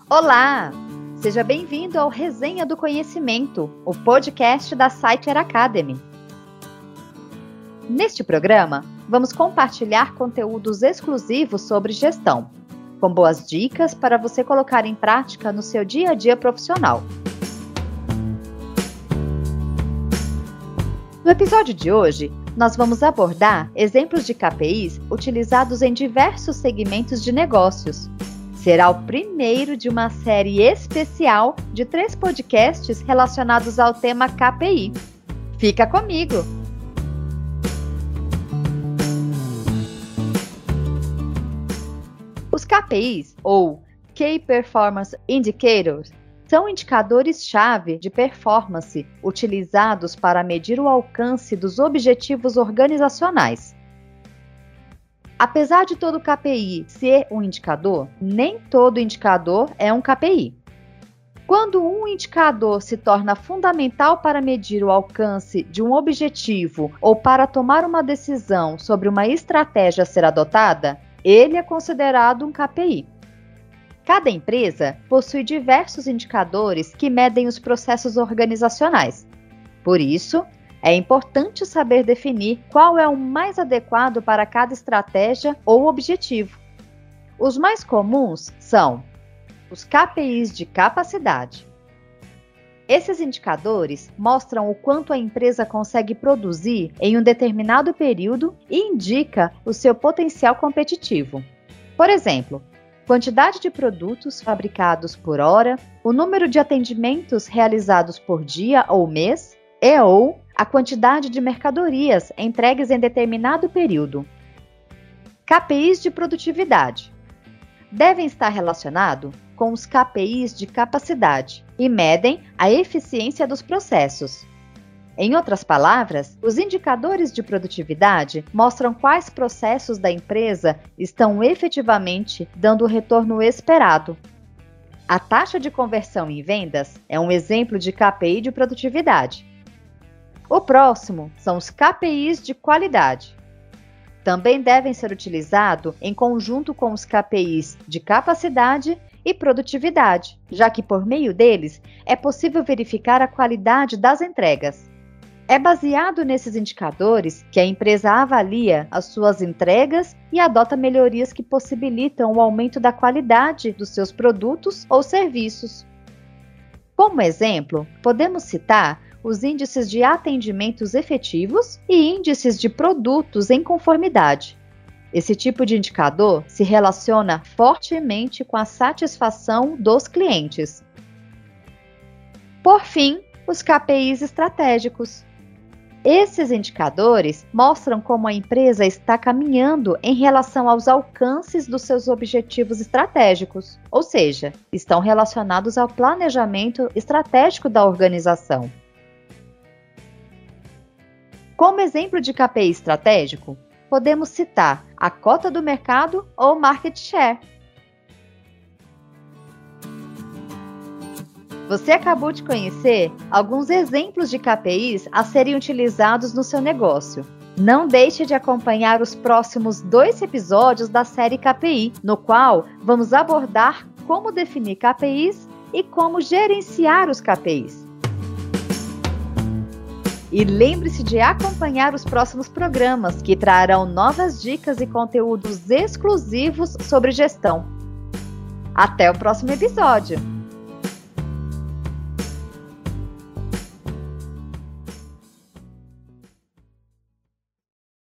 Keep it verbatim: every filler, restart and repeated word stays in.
Olá! Seja bem-vindo ao Resenha do Conhecimento, o podcast da Saiter Academy. Neste programa, vamos compartilhar conteúdos exclusivos sobre gestão, com boas dicas para você colocar em prática no seu dia a dia profissional. No episódio de hoje, nós vamos abordar exemplos de K P Is utilizados em diversos segmentos de negócios. Será o primeiro de uma série especial de três podcasts relacionados ao tema K P I. Fica comigo! Os K P Is, ou Key Performance Indicators, são indicadores-chave de performance utilizados para medir o alcance dos objetivos organizacionais. Apesar de todo K P I ser um indicador, nem todo indicador é um K P I. Quando um indicador se torna fundamental para medir o alcance de um objetivo ou para tomar uma decisão sobre uma estratégia a ser adotada, ele é considerado um K P I. Cada empresa possui diversos indicadores que medem os processos organizacionais. Por isso, é importante saber definir qual é o mais adequado para cada estratégia ou objetivo. Os mais comuns são os K P Is de capacidade. Esses indicadores mostram o quanto a empresa consegue produzir em um determinado período e indica o seu potencial competitivo. Por exemplo, quantidade de produtos fabricados por hora, o número de atendimentos realizados por dia ou mês e ou a quantidade de mercadorias entregues em determinado período. K P Is de produtividade devem estar relacionados com os K P Is de capacidade e medem a eficiência dos processos. Em outras palavras, os indicadores de produtividade mostram quais processos da empresa estão efetivamente dando o retorno esperado. A taxa de conversão em vendas é um exemplo de K P I de produtividade. O próximo são os K P Is de qualidade. Também devem ser utilizados em conjunto com os K P Is de capacidade e produtividade, já que por meio deles é possível verificar a qualidade das entregas. É baseado nesses indicadores que a empresa avalia as suas entregas e adota melhorias que possibilitam o aumento da qualidade dos seus produtos ou serviços. Como exemplo, podemos citar os índices de atendimentos efetivos e índices de produtos em conformidade. Esse tipo de indicador se relaciona fortemente com a satisfação dos clientes. Por fim, os K P Is estratégicos. Esses indicadores mostram como a empresa está caminhando em relação aos alcances dos seus objetivos estratégicos, ou seja, estão relacionados ao planejamento estratégico da organização. Como exemplo de K P I estratégico, podemos citar a cota do mercado ou market share. Você acabou de conhecer alguns exemplos de K P Is a serem utilizados no seu negócio. Não deixe de acompanhar os próximos dois episódios da série K P I, no qual vamos abordar como definir K P Is e como gerenciar os K P Is. E lembre-se de acompanhar os próximos programas, que trarão novas dicas e conteúdos exclusivos sobre gestão. Até o próximo episódio!